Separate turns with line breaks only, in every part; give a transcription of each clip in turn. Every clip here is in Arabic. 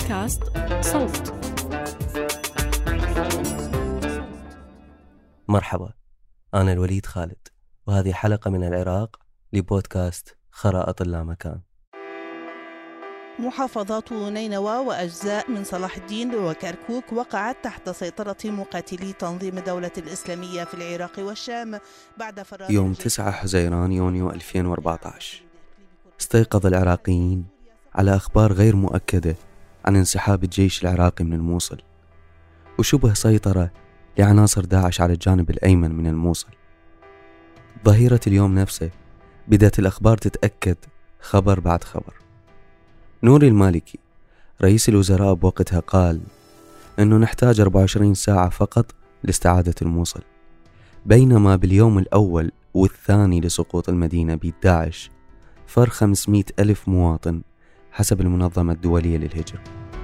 بودكاست صوت.
مرحبا، أنا الوليد خالد، وهذه حلقة من العراق لبودكاست خرائط اللامكان.
محافظات نينوى وأجزاء من صلاح الدين وكركوك وقعت تحت سيطرة مقاتلي تنظيم الدولة الإسلامية في العراق والشام بعد فراغ
يوم 9 حزيران يونيو 2014 استيقظ العراقيين على أخبار غير مؤكدة عن انسحاب الجيش العراقي من الموصل وشبه سيطرة لعناصر داعش على الجانب الأيمن من الموصل. ظهيرة اليوم نفسه بدأت الأخبار تتأكد خبر بعد خبر. نوري المالكي رئيس الوزراء بوقتها قال أنه نحتاج 24 ساعة فقط لاستعادة الموصل، بينما باليوم الأول والثاني لسقوط المدينة بيد داعش فر 500 ألف مواطن حسب المنظمة الدولية للهجرة.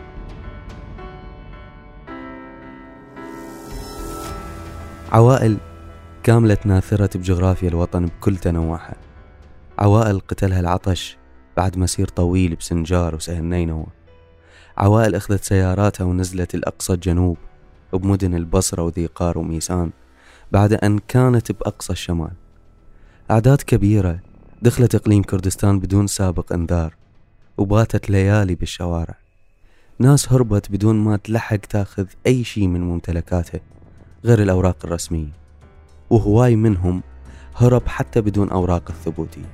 عوائل كاملة ناثرة بجغرافيا الوطن بكل تنوعها، عوائل قتلها العطش بعد مسير طويل بسنجار وسهل نينوى، عوائل أخذت سياراتها ونزلت الأقصى الجنوب بمدن البصرة وذي قار وميسان بعد أن كانت بأقصى الشمال، أعداد كبيرة دخلت إقليم كردستان بدون سابق انذار وباتت ليالي بالشوارع، ناس هربت بدون ما تلحق تاخذ أي شيء من ممتلكاتها غير الأوراق الرسمية، وهواي منهم هرب حتى بدون أوراق الثبوتية.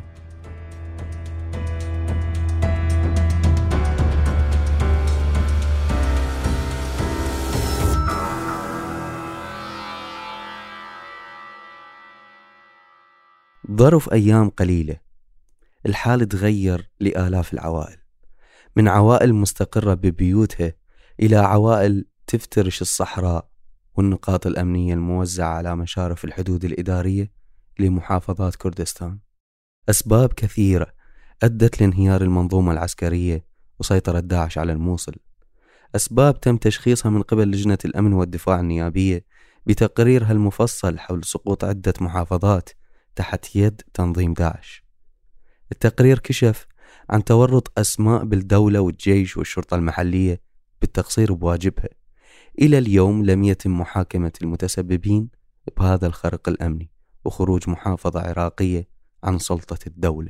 ظرف أيام قليلة الحال تغير لآلاف العوائل، من عوائل مستقرة ببيوتها إلى عوائل تفترش الصحراء والنقاط الأمنية الموزعة على مشارف الحدود الإدارية لمحافظات كردستان. أسباب كثيرة أدت لانهيار المنظومة العسكرية وسيطرة داعش على الموصل، أسباب تم تشخيصها من قبل لجنة الأمن والدفاع النيابية بتقريرها المفصل حول سقوط عدة محافظات تحت يد تنظيم داعش. التقرير كشف عن تورط أسماء بالدولة والجيش والشرطة المحلية بالتقصير بواجبها. إلى اليوم لم يتم محاكمة المتسببين بهذا الخرق الأمني وخروج محافظة عراقية عن سلطة الدولة.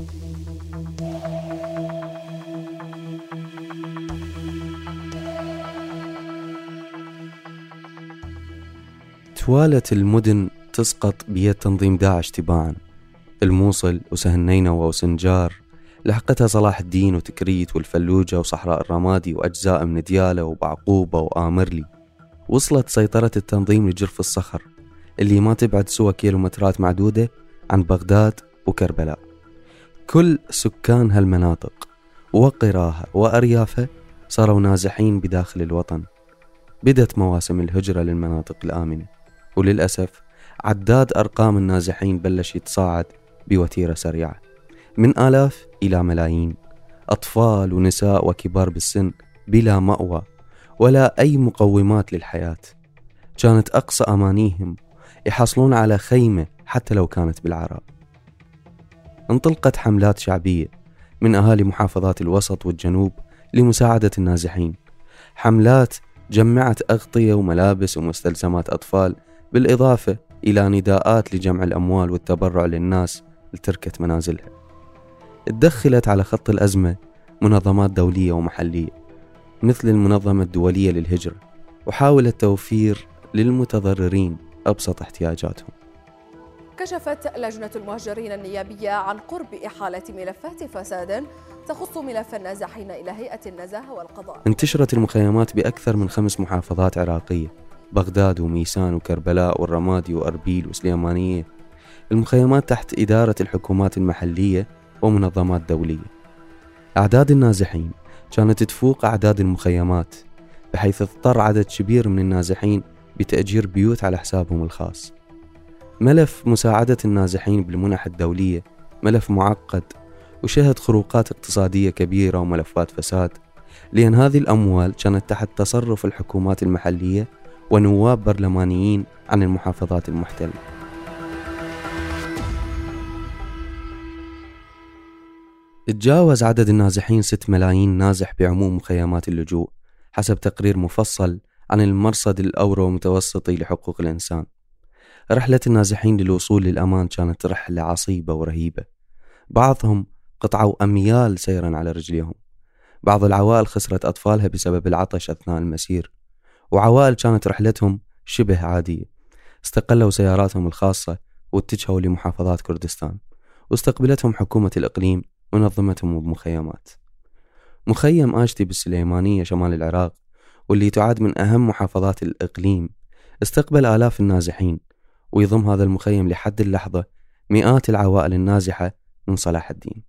توالت المدن تسقط بيد تنظيم داعش تباعا، الموصل وسهل نينوى وسنجار، لحقتها صلاح الدين وتكريت والفلوجة وصحراء الرمادي وأجزاء من ديالة وبعقوبة وآمرلي. وصلت سيطرة التنظيم لجرف الصخر اللي ما تبعد سوى كيلومترات معدودة عن بغداد وكربلاء. كل سكان هالمناطق وقراها وأريافها صاروا نازحين بداخل الوطن. بدت مواسم الهجرة للمناطق الآمنة، وللأسف عداد أرقام النازحين بلش يتصاعد بوتيرة سريعة، من آلاف إلى ملايين، أطفال ونساء وكبار بالسن بلا مأوى ولا أي مقومات للحياة. كانت أقصى أمانيهم يحصلون على خيمة حتى لو كانت بالعراء. انطلقت حملات شعبية من أهالي محافظات الوسط والجنوب لمساعدة النازحين، حملات جمعت أغطية وملابس ومستلزمات أطفال، بالإضافة إلى نداءات لجمع الأموال والتبرع للناس لتركة منازلها. اتدخلت على خط الأزمة منظمات دولية ومحلية مثل المنظمة الدولية للهجرة، وحاولت توفير للمتضررين أبسط احتياجاتهم.
كشفت لجنة المهجرين النيابية عن قرب إحالة ملفات فساد تخص ملف النازحين إلى هيئة النزاهة والقضاء.
انتشرت المخيمات بأكثر من 5 محافظات عراقية، بغداد وميسان وكربلاء والرمادي وأربيل وسليمانية. المخيمات تحت إدارة الحكومات المحلية ومنظمات دولية. أعداد النازحين كانت تفوق أعداد المخيمات، بحيث اضطر عدد كبير من النازحين بتأجير بيوت على حسابهم الخاص. ملف مساعدة النازحين بالمنح الدولية ملف معقد وشهد خروقات اقتصادية كبيرة وملفات فساد، لأن هذه الأموال كانت تحت تصرف الحكومات المحلية ونواب برلمانيين عن المحافظات المحتلة. تجاوز عدد النازحين 6 ملايين نازح بعموم مخيمات اللجوء حسب تقرير مفصل عن المرصد الأورو متوسطي لحقوق الإنسان. رحلة النازحين للوصول للأمان كانت رحلة عصيبة ورهيبة، بعضهم قطعوا أميال سيرا على رجليهم، بعض العوائل خسرت أطفالها بسبب العطش أثناء المسير، وعوائل كانت رحلتهم شبه عادية استقلوا سياراتهم الخاصة واتجهوا لمحافظات كردستان، واستقبلتهم حكومة الإقليم ونظمتهم بمخيمات. مخيم آشتي بالسليمانية شمال العراق، واللي تعد من أهم محافظات الإقليم، استقبل آلاف النازحين، ويضم هذا المخيم لحد اللحظة مئات العوائل النازحة من صلاح الدين.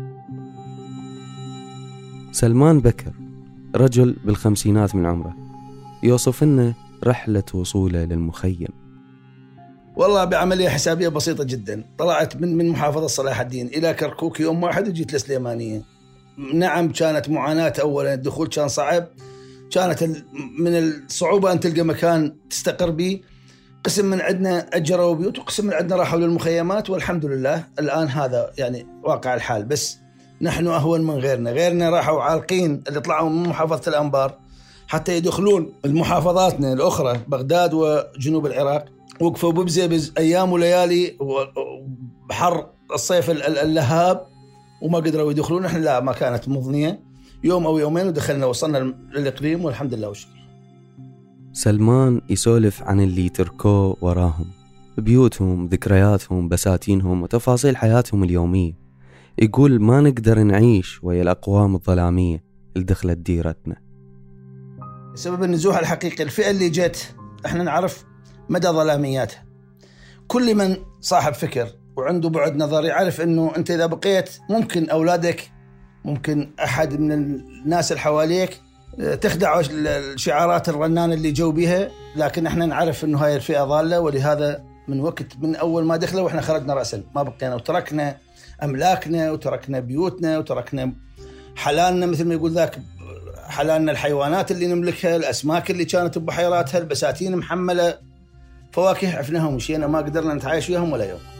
سلمان بكر رجل بالخمسينات من عمره يوصف لنا رحلة وصوله للمخيم.
والله بعملية حسابية بسيطة جدا، طلعت من محافظة صلاح الدين إلى كركوك يوم واحد وجيت لسليمانية. نعم كانت معاناة، أولا الدخول كان صعب، كانت من الصعوبة أن تلقى مكان تستقر به. قسم من عندنا أجروا بيوت وقسم من عندنا راحوا للمخيمات، والحمد لله الآن هذا يعني واقع الحال. بس نحن أهون من غيرنا راحوا عالقين اللي طلعوا من محافظة الأنبار حتى يدخلون المحافظاتنا الأخرى بغداد وجنوب العراق، وقفوا ببزبز أيام وليالي بحر الصيف اللهاب وما قدروا يدخلون. نحن لا، ما كانت مضنية، يوم أو يومين ودخلنا وصلنا للإقليم والحمد لله والشكر.
سلمان يسولف عن اللي تركوه وراهم، بيوتهم، ذكرياتهم، بساتينهم وتفاصيل حياتهم اليومية. يقول ما نقدر نعيش ويا الأقوام الظلامية اللي دخلت ديرتنا.
سبب النزوح الحقيقي الفئة اللي جت، احنا نعرف مدى ظلامياتها. كل من صاحب فكر وعنده بعد نظر يعرف انه انت اذا بقيت ممكن اولادك، ممكن احد من الناس اللي حواليك تخدع الشعارات الرنانة اللي جو بها، لكن احنا نعرف انه هاي الفئة ضالة، ولهذا من اول ما دخلوا واحنا خرجنا رأسا، ما بقينا، وتركنا املاكنا وتركنا بيوتنا وتركنا حلالنا، مثل ما يقول ذاك حلالنا، الحيوانات اللي نملكها، الاسماك اللي كانت ببحيراتها، البساتين محملة فواكه عفناها ومشينا، ما قدرنا نتعايش وياهم ولا يوم.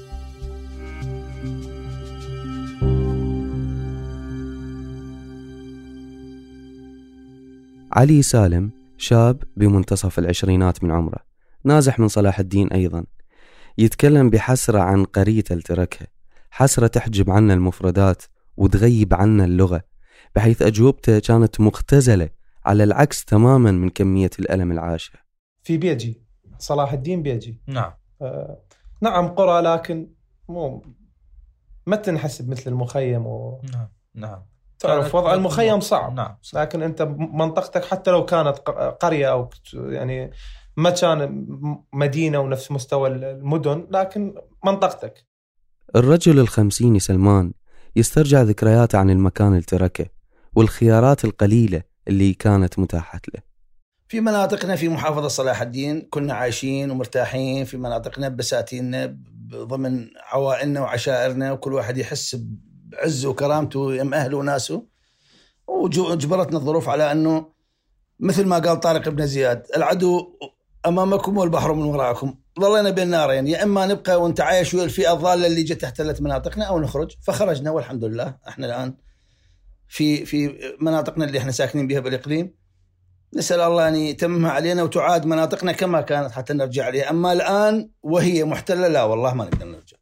علي سالم شاب بمنتصف العشرينات من عمره، نازح من صلاح الدين أيضا، يتكلم بحسرة عن قريته اللي تركها، حسرة تحجب عنا المفردات وتغيب عنا اللغة، بحيث أجوبته كانت مختزلة على العكس تماما من كمية الألم العاشة.
في بيجي صلاح الدين بيجي،
نعم
نعم قرى، لكن ما تنحسب مثل المخيم
نعم
تعرف وضع المخيم صعب.
نعم.
لكن أنت منطقتك حتى لو كانت قرية أو يعني ما كان مدينة ونفس مستوى المدن، لكن منطقتك.
الرجل 50 سلمان يسترجع ذكرياته عن المكان اللي تركه والخيارات القليلة اللي كانت متاحة له.
في مناطقنا في محافظة صلاح الدين كنا عايشين ومرتاحين، في مناطقنا بساتيننا ضمن عوائلنا وعشائرنا، وكل واحد يحس بعزه وكرامته يم أهله وناسه، وجبرتنا الظروف على أنه مثل ما قال طارق بن زياد، العدو أمامكم والبحر من وراءكم، ظلنا بين نارين، يا إما نبقى ونتعايش ويا الفئة الضالة اللي جت احتلت مناطقنا، أو نخرج. فخرجنا والحمد لله. احنا الآن في مناطقنا اللي احنا ساكنين بها بالإقليم، نسأل الله أن يتمها علينا وتعاد مناطقنا كما كانت حتى نرجع عليها. أما الآن وهي محتلة، لا والله ما نقدر نرجع.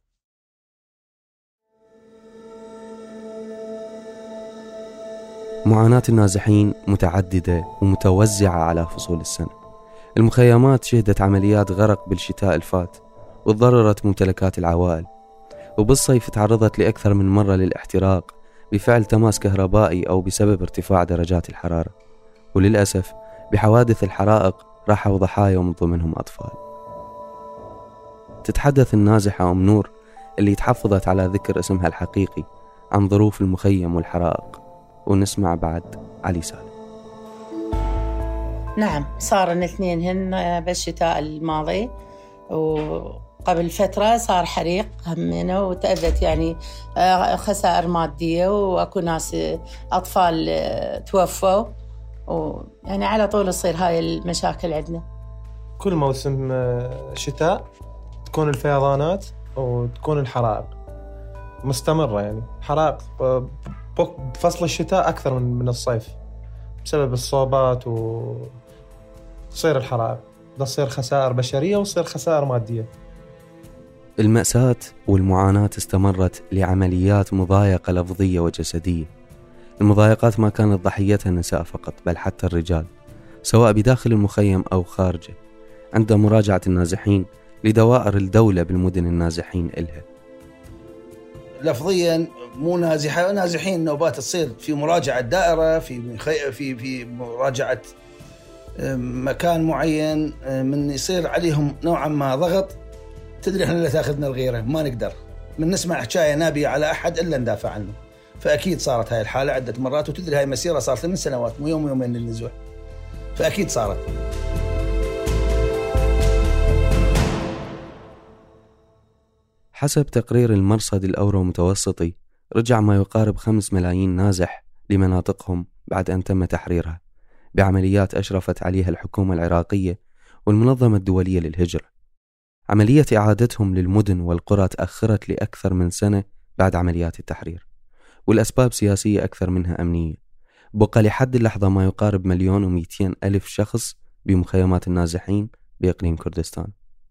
معاناة النازحين متعددة ومتوزعة على فصول السنة. المخيمات شهدت عمليات غرق بالشتاء الفات وتضررت ممتلكات العوائل، وبالصيف تعرضت لأكثر من مرة للاحتراق بفعل تماس كهربائي أو بسبب ارتفاع درجات الحرارة، وللأسف بحوادث الحرائق راحوا ضحايا ومن ضمنهم أطفال. تتحدث النازحة أم نور اللي تحفظت على ذكر اسمها الحقيقي عن ظروف المخيم والحرائق، ونسمع بعد علي سالم.
نعم، صار الاثنين هن بالشتاء الماضي، وقبل فترة صار حريق همنا وتأذت يعني خسائر مادية، وأكو ناس أطفال توفوا، ويعني على طول تصير هاي المشاكل عندنا.
كل موسم شتاء تكون الفيضانات وتكون الحرائق، مستمرة، يعني حرائق بفصل الشتاء أكثر من الصيف بسبب الصوبات وتصير الحرائق، تصير خسائر بشرية وتصير خسائر مادية.
المأساة والمعاناة استمرت لعمليات مضايقة لفظية وجسدية. المضايقات ما كانت ضحيتها النساء فقط، بل حتى الرجال، سواء بداخل المخيم أو خارجه، عند مراجعة النازحين لدوائر الدولة بالمدن النازحين إلها.
لفظيا مو نازحين، نوبات تصير في مراجعة دائرة، في مراجعة مكان معين، من يصير عليهم نوعا ما ضغط. تدري احنا اللي تاخذنا الغيرة، ما نقدر من نسمع حكاية نابية على أحد إلا ندافع عنه. فأكيد صارت هاي الحالة عدة مرات، وتدري هاي مسيرة صارت من سنوات، مو يوم يومين للنزوح، فأكيد صارت.
حسب تقرير المرصد الأورو متوسطي، رجع ما يقارب 5 ملايين نازح لمناطقهم بعد أن تم تحريرها بعمليات أشرفت عليها الحكومة العراقية والمنظمة الدولية للهجرة. عملية إعادتهم للمدن والقرى تأخرت لأكثر من سنة بعد عمليات التحرير، والأسباب سياسية أكثر منها أمنية. بقى لحد اللحظة ما يقارب 1,200,000 شخص بمخيمات النازحين بإقليم كردستان.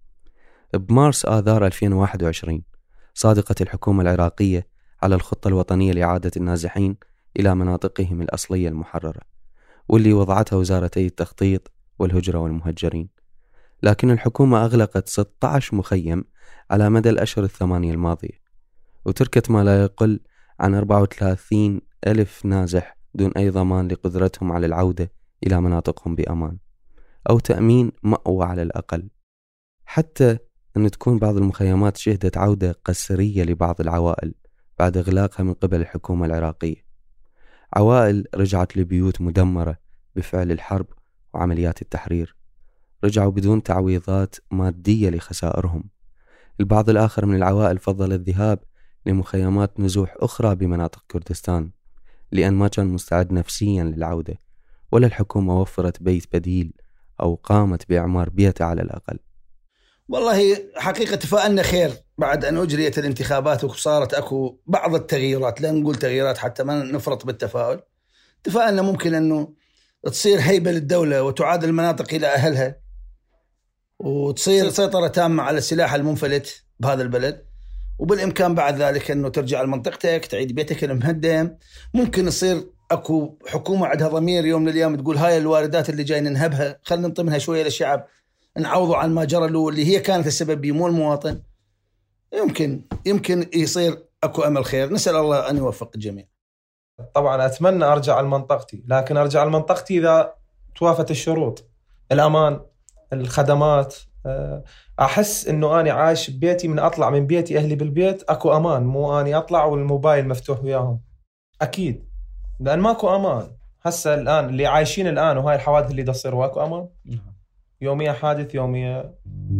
بمارس آذار 2021 صادقت الحكومة العراقية على الخطة الوطنية لإعادة النازحين إلى مناطقهم الأصلية المحررة، واللي وضعتها وزارتي التخطيط والهجرة والمهجرين. لكن الحكومة أغلقت 16 مخيم على مدى الأشهر 8 الماضية، وتركت ما لا يقل عن 34,000 نازح دون أي ضمان لقدرتهم على العودة إلى مناطقهم بأمان أو تأمين مأوى على الأقل. حتى أن تكون بعض المخيمات شهدت عودة قسرية لبعض العوائل بعد إغلاقها من قبل الحكومة العراقية. عوائل رجعت لبيوت مدمرة بفعل الحرب وعمليات التحرير، رجعوا بدون تعويضات مادية لخسائرهم. البعض الآخر من العوائل فضل الذهاب لمخيمات نزوح أخرى بمناطق كردستان لأن ما كان مستعد نفسيا للعودة، ولا الحكومة وفرت بيت بديل أو قامت بإعمار بيته على الأقل.
والله حقيقة تفاءلنا خير بعد أن أجريت الانتخابات وصارت أكو بعض التغييرات، لا نقول تغييرات حتى ما نفرط بالتفاؤل. تفاءلنا ممكن أنه تصير هيبة للدولة وتعاد المناطق إلى أهلها، وتصير سيطرة تامة على السلاح المنفلت بهذا البلد، وبالإمكان بعد ذلك أنه ترجع لمنطقتك، تعيد بيتك المهدم. ممكن يصير أكو حكومة عندها ضمير يوم من الأيام تقول هاي الواردات اللي جاي ننهبها خلينا نطمنها شوية للشعب، نعوضوا عن ما جرى له اللي هي كانت السبب بمو المواطن. يمكن يصير أكو أمل خير، نسأل الله أن يوفق الجميع.
طبعا أتمنى أرجع لمنطقتي، لكن أرجع لمنطقتي إذا توافت الشروط، الأمان، الخدمات. أحس أنه أنا عايش ببيتي، من أطلع من بيتي أهلي بالبيت أكو أمان، مو أني أطلع والموبايل مفتوح وياهم. أكيد لأن ماكو أمان. هسه الآن اللي عايشين الآن وهاي الحوادث اللي تصير واكو أمان، يوميا حادث يوميا.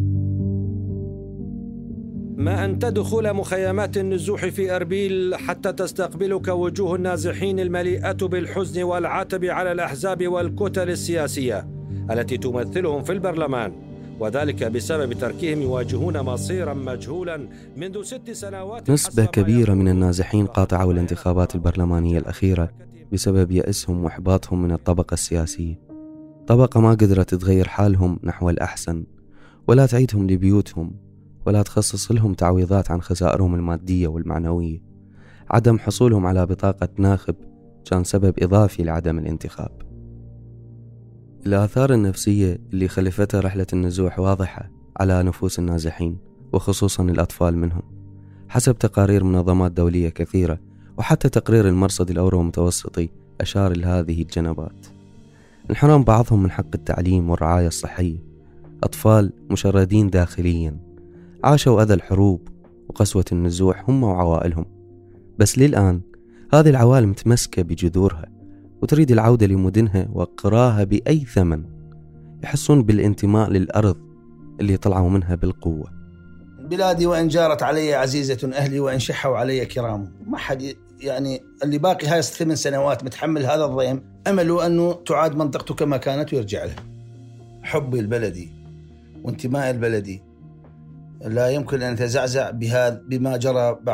ما أن تدخل مخيمات النزوح في أربيل حتى تستقبلك وجوه النازحين المليئة بالحزن والعتب على الأحزاب والكتل السياسية التي تمثلهم في البرلمان، وذلك بسبب تركهم يواجهون مصيرا مجهولا منذ 6 سنوات.
نسبة كبيرة من النازحين قاطعوا الانتخابات البرلمانية الأخيرة بسبب يأسهم وإحباطهم من الطبقة السياسية، طبقة ما قدرت تغير حالهم نحو الأحسن، ولا تعيدهم لبيوتهم، ولا تخصص لهم تعويضات عن خسائرهم المادية والمعنوية. عدم حصولهم على بطاقة ناخب كان سبب إضافي لعدم الانتخاب. الآثار النفسية اللي خلفتها رحلة النزوح واضحة على نفوس النازحين، وخصوصا الأطفال منهم، حسب تقارير منظمات دولية كثيرة، وحتى تقرير المرصد الأورو متوسطي أشار لهذه الجنبات. انحرام بعضهم من حق التعليم والرعاية الصحية، أطفال مشردين داخليا، عاشوا أذى الحروب وقسوة النزوح هم وعوائلهم، بس للآن هذه العوائل متمسكة بجذورها وتريد العودة لمدنها وقراها بأي ثمن. يحسون بالانتماء للأرض اللي طلعوا منها بالقوة.
بلادي وإن جارت علي عزيزة أهلي وإن شحوا علي كرام. ما حد يعني اللي باقي هاي 8 سنوات متحمل هذا الضيم، أمله أنه تعاد منطقته كما كانت ويرجع لها. حبي البلدي وانتماء البلدي لا يمكن أن يتزعزع بما جرى بعد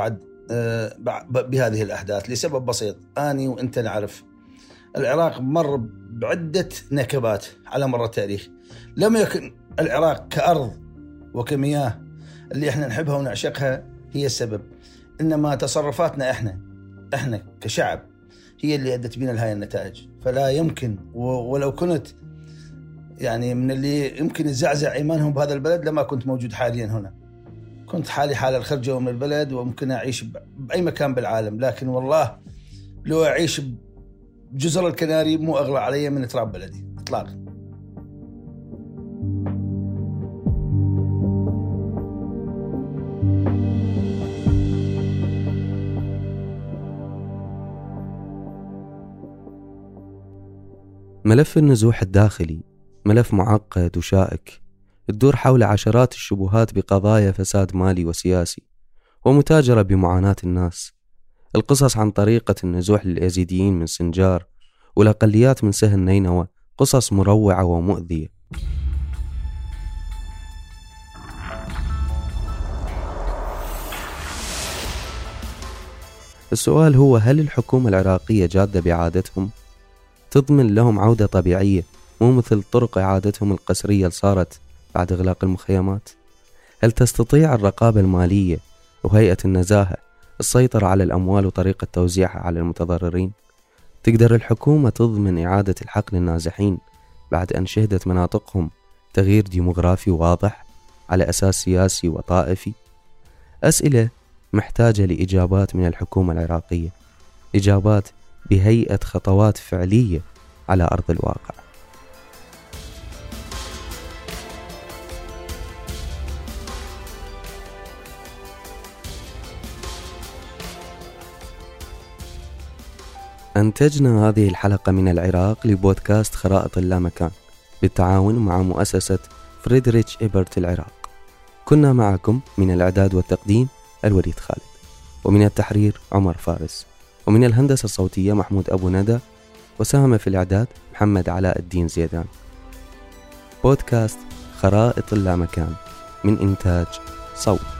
بهذه الأحداث لسبب بسيط. أنا وأنت نعرف العراق مر بعدة نكبات على مر التاريخ. لم يكن العراق كأرض وكمياه اللي احنا نحبها ونعشقها هي السبب، إنما تصرفاتنا احنا كشعب هي اللي أدت بنا لهاي النتائج. فلا يمكن، ولو كنت يعني من اللي يمكن يزعزع إيمانهم بهذا البلد لما كنت موجود حاليا هنا. كنت حالي حال الخرجة من البلد وممكن أعيش بأي مكان بالعالم، لكن والله لو أعيش بجزر الكناري مو أغلى علي من تراب بلدي إطلاقا.
ملف النزوح الداخلي ملف معقد وشائك، تدور حول عشرات الشبهات بقضايا فساد مالي وسياسي ومتاجرة بمعاناة الناس. القصص عن طريقة النزوح لليزيديين من سنجار والأقليات من سهل نينوى قصص مروعة ومؤذية. السؤال هو: هل الحكومة العراقية جادة بعادتهم؟ تضمن لهم عودة طبيعية مو مثل طرق إعادتهم القسرية اللي صارت بعد إغلاق المخيمات؟ هل تستطيع الرقابة المالية وهيئة النزاهة السيطرة على الأموال وطريقة توزيعها على المتضررين؟ تقدر الحكومة تضمن إعادة الحق للنازحين بعد أن شهدت مناطقهم تغيير ديموغرافي واضح على أساس سياسي وطائفي؟ أسئلة محتاجة لإجابات من الحكومة العراقية، إجابات بهيئة خطوات فعلية على أرض الواقع. أنتجنا هذه الحلقة من العراق لبودكاست خرائط اللامكان بالتعاون مع مؤسسة فريدريتش إبرت العراق. كنا معكم من الإعداد والتقديم الوليد خالد، ومن التحرير عمر فارس، ومن الهندسة الصوتية محمود أبو ندى، وساهم في الإعداد محمد علاء الدين زيدان. بودكاست خرائط اللامكان من إنتاج صوت.